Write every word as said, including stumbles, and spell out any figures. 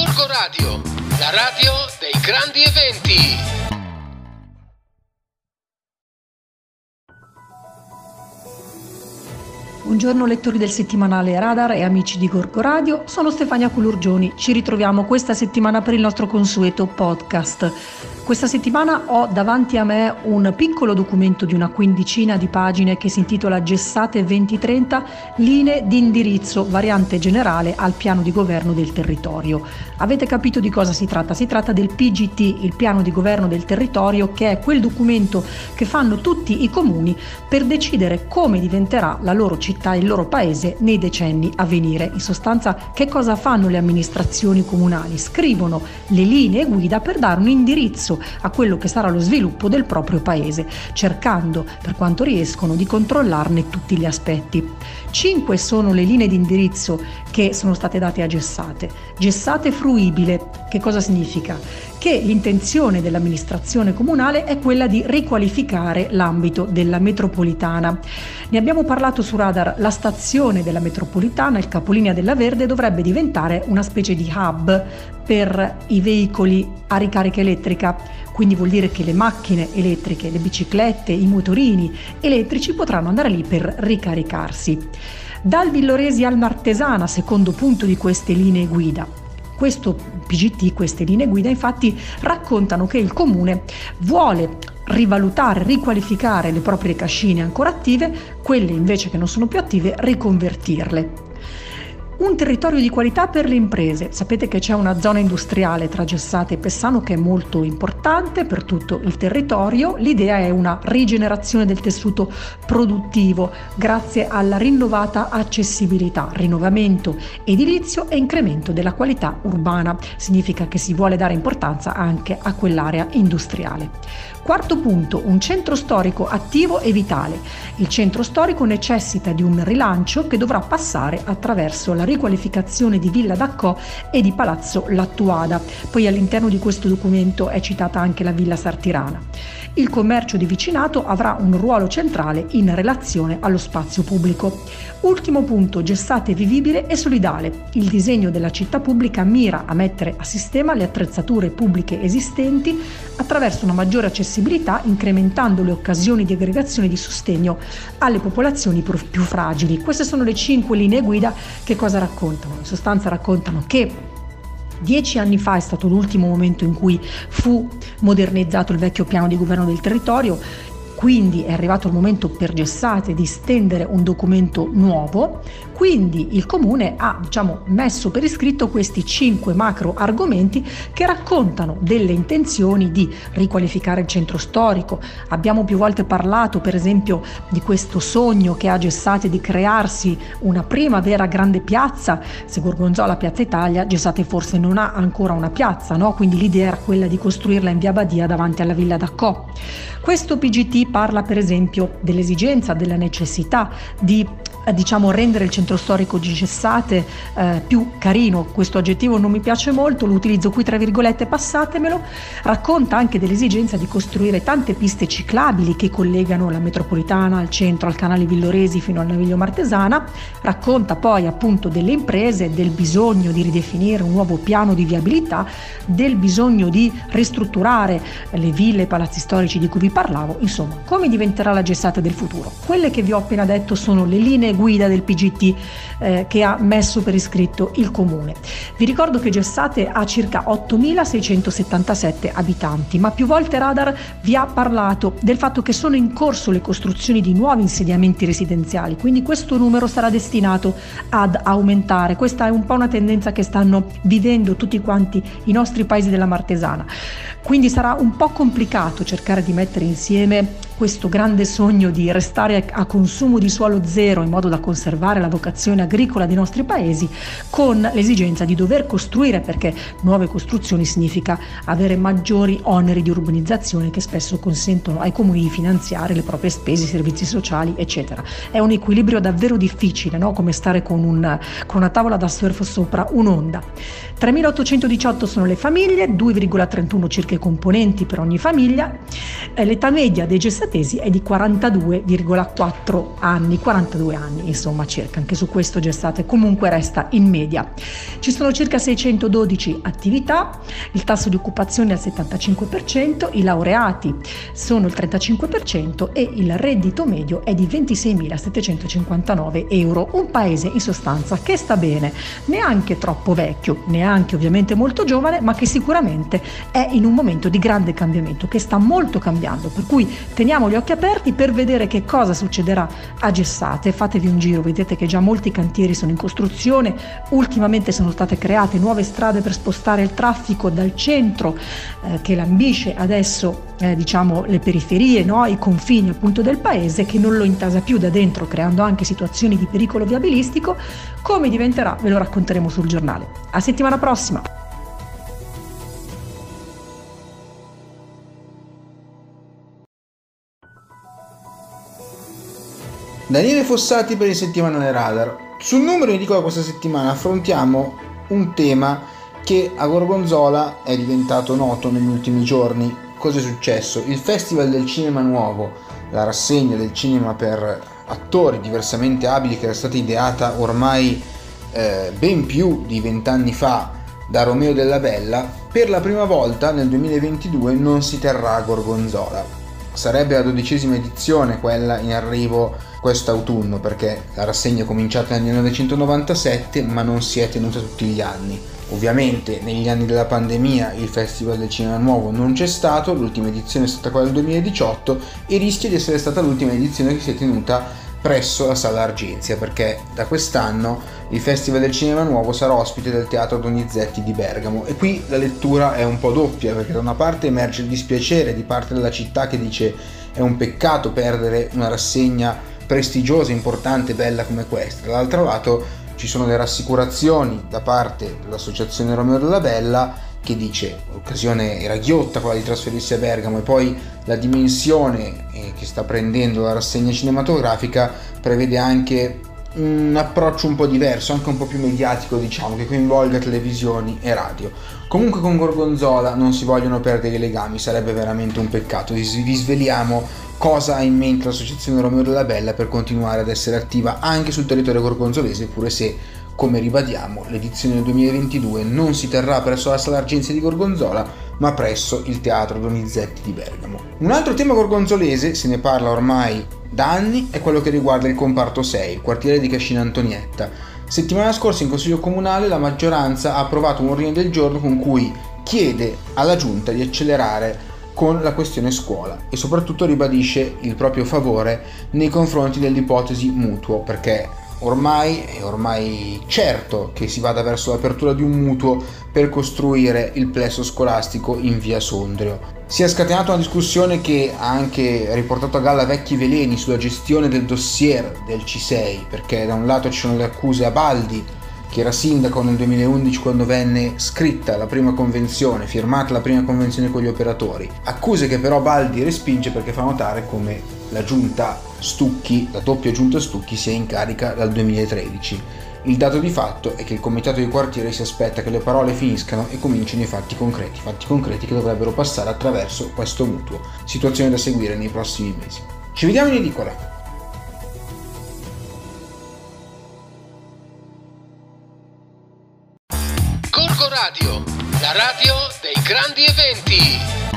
Gorgo Radio, la radio dei grandi eventi. Buongiorno lettori del settimanale Radar e amici di Gorgo Radio, sono Stefania Culurgioni. Ci ritroviamo questa settimana per il nostro consueto podcast. Questa settimana ho davanti a me un piccolo documento di una quindicina di pagine che si intitola Gessate venti trenta, linee di indirizzo variante generale al piano di governo del territorio. Avete capito di cosa si tratta? Si tratta del P G T, il piano di governo del territorio, che è quel documento che fanno tutti i comuni per decidere come diventerà la loro città, il loro paese nei decenni a venire. In sostanza, che cosa fanno le amministrazioni comunali? Scrivono le linee guida per dare un indirizzo a quello che sarà lo sviluppo del proprio paese, cercando, per quanto riescono, di controllarne tutti gli aspetti. Cinque sono le linee di indirizzo che sono state date a Gessate. Gessate fruibile, che cosa significa? Che l'intenzione dell'amministrazione comunale è quella di riqualificare l'ambito della metropolitana. Ne abbiamo parlato su Radar, la stazione della metropolitana, il capolinea della Verde, dovrebbe diventare una specie di hub per i veicoli a ricarica elettrica, quindi vuol dire che le macchine elettriche, le biciclette, i motorini elettrici potranno andare lì per ricaricarsi. Dal Villoresi al Martesana, secondo punto di queste linee guida. Questo P G T, queste linee guida, infatti raccontano che il comune vuole rivalutare, riqualificare le proprie cascine ancora attive, quelle invece che non sono più attive, riconvertirle. Un territorio di qualità per le imprese. Sapete che c'è una zona industriale tra Gessate e Pessano che è molto importante per tutto il territorio. L'idea è una rigenerazione del tessuto produttivo grazie alla rinnovata accessibilità, rinnovamento edilizio e incremento della qualità urbana. Significa che si vuole dare importanza anche a quell'area industriale. Quarto punto, un centro storico attivo e vitale. Il centro storico necessita di un rilancio che dovrà passare attraverso la riqualificazione di Villa d'Accò e di Palazzo Lattuada. Poi all'interno di questo documento è citata anche la Villa Sartirana. Il commercio di vicinato avrà un ruolo centrale in relazione allo spazio pubblico. Ultimo punto, Gessate vivibile e solidale. Il disegno della città pubblica mira a mettere a sistema le attrezzature pubbliche esistenti attraverso una maggiore accessibilità, incrementando le occasioni di aggregazione e di sostegno alle popolazioni più fragili. Queste sono le cinque linee guida. Che cosa raccontano? In sostanza raccontano che Dieci anni fa è stato l'ultimo momento in cui fu modernizzato il vecchio piano di governo del territorio, quindi è arrivato il momento per Gessate di stendere un documento nuovo. Quindi il comune ha, diciamo, messo per iscritto questi cinque macro argomenti che raccontano delle intenzioni di riqualificare il centro storico. Abbiamo più volte parlato, per esempio, di questo sogno che ha Gessate di crearsi una prima vera grande piazza. Se Gorgonzola Piazza Italia, Gessate forse non ha ancora una piazza, no? Quindi l'idea era quella di costruirla in via Badia davanti alla Villa d'Accò. Questo P G T parla per esempio dell'esigenza, della necessità di eh, diciamo rendere il centro storico di Gessate eh, più carino. Questo aggettivo non mi piace molto, lo utilizzo qui tra virgolette, passatemelo. Racconta anche dell'esigenza di costruire tante piste ciclabili che collegano la metropolitana al centro, al canale Villoresi fino al Naviglio Martesana. Racconta poi appunto delle imprese, del bisogno di ridefinire un nuovo piano di viabilità, del bisogno di ristrutturare le ville e i palazzi storici di cui vi parlavo. Insomma, come diventerà la Gessate del futuro? Quelle che vi ho appena detto sono le linee guida del P G T eh, che ha messo per iscritto il comune. Vi ricordo che Gessate ha circa ottomilaseicentosettantasette abitanti, ma più volte Radar vi ha parlato del fatto che sono in corso le costruzioni di nuovi insediamenti residenziali, quindi questo numero sarà destinato ad aumentare. Questa è un po' una tendenza che stanno vivendo tutti quanti i nostri paesi della Martesana. Quindi sarà un po' complicato cercare di mettere insieme questo grande sogno di restare a consumo di suolo zero in modo da conservare la vocazione agricola dei nostri paesi con l'esigenza di dover costruire, perché nuove costruzioni significa avere maggiori oneri di urbanizzazione che spesso consentono ai comuni di finanziare le proprie spese, i servizi sociali, eccetera. È un equilibrio davvero difficile, no? Come stare con, un, con una tavola da surf sopra un'onda. tremilaottocentodiciotto sono le famiglie, due virgola trentuno circa i componenti per ogni famiglia. Eh, l'età media dei gestati Tesi è di quarantadue virgola quattro anni, quarantadue anni insomma circa, anche su questo Gestate comunque resta in media. Ci sono circa seicentododici attività, il tasso di occupazione è al settantacinque per cento, i laureati sono il trentacinque per cento e il reddito medio è di ventisei.settecentocinquantanove euro, un paese in sostanza che sta bene, neanche troppo vecchio, neanche ovviamente molto giovane, ma che sicuramente è in un momento di grande cambiamento, che sta molto cambiando, per cui teniamo gli occhi aperti per vedere che cosa succederà a Gestate. Fatevi un giro, vedete che già molti cantieri sono in costruzione, ultimamente sono state create nuove strade per spostare il traffico dal centro eh, che lambisce adesso eh, diciamo le periferie, no? I confini appunto del paese, che non lo intasa più da dentro, creando anche situazioni di pericolo viabilistico. Come diventerà ve lo racconteremo sul giornale. A settimana prossima! Daniele Fossati per il settimanale Radar. Sul numero in edicola questa settimana affrontiamo un tema che a Gorgonzola è diventato noto negli ultimi giorni. Cosa è successo? Il Festival del Cinema Nuovo, la rassegna del cinema per attori diversamente abili che era stata ideata ormai eh, ben più di vent'anni fa da Romeo Della Bella, per la prima volta nel duemilaventidue non si terrà a Gorgonzola. Sarebbe la dodicesima edizione quella in arrivo quest'autunno, perché la rassegna è cominciata nel millenovecentonovantasette ma non si è tenuta tutti gli anni. Ovviamente negli anni della pandemia il Festival del Cinema Nuovo non c'è stato, l'ultima edizione è stata quella del duemiladiciotto e rischia di essere stata l'ultima edizione che si è tenuta presso la Sala Argenzia, perché da quest'anno il Festival del Cinema Nuovo sarà ospite del Teatro Donizetti di Bergamo. E qui la lettura è un po' doppia, perché da una parte emerge il dispiacere di parte della città che dice è un peccato perdere una rassegna prestigiosa, importante, bella come questa, dall'altro lato ci sono le rassicurazioni da parte dell'associazione Romeo Della Bella che dice l'occasione era ghiotta quella di trasferirsi a Bergamo, e poi la dimensione eh, che sta prendendo la rassegna cinematografica prevede anche un approccio un po' diverso, anche un po' più mediatico, diciamo, che coinvolga televisioni e radio. Comunque con Gorgonzola non si vogliono perdere i legami, sarebbe veramente un peccato. Vi sveliamo cosa ha in mente l'associazione Romeo Della Bella per continuare ad essere attiva anche sul territorio gorgonzolese, pure se, come ribadiamo, l'edizione del duemilaventidue non si terrà presso la Sala Argenzia di Gorgonzola, ma presso il Teatro Donizetti di Bergamo. Un altro tema gorgonzolese, se ne parla ormai da anni, è quello che riguarda il comparto sei, il quartiere di Cascina Antonietta. Settimana scorsa in Consiglio Comunale la maggioranza ha approvato un ordine del giorno con cui chiede alla Giunta di accelerare con la questione scuola e soprattutto ribadisce il proprio favore nei confronti dell'ipotesi mutuo, perché ormai è ormai certo che si vada verso l'apertura di un mutuo per costruire il plesso scolastico in via Sondrio. Si è scatenata una discussione che ha anche riportato a galla vecchi veleni sulla gestione del dossier del C sei, perché da un lato ci sono le accuse a Baldi, che era sindaco nel duemilaundici quando venne scritta la prima convenzione, firmata la prima convenzione con gli operatori, accuse che però Baldi respinge perché fa notare come la giunta Stucchi, la doppia giunta Stucchi, sia in carica dal duemilatredici. Il dato di fatto è che il comitato di quartiere si aspetta che le parole finiscano e comincino i fatti concreti, fatti concreti che dovrebbero passare attraverso questo mutuo, situazione da seguire nei prossimi mesi. Ci vediamo in edicola! Gorgo Radio, la radio dei grandi eventi.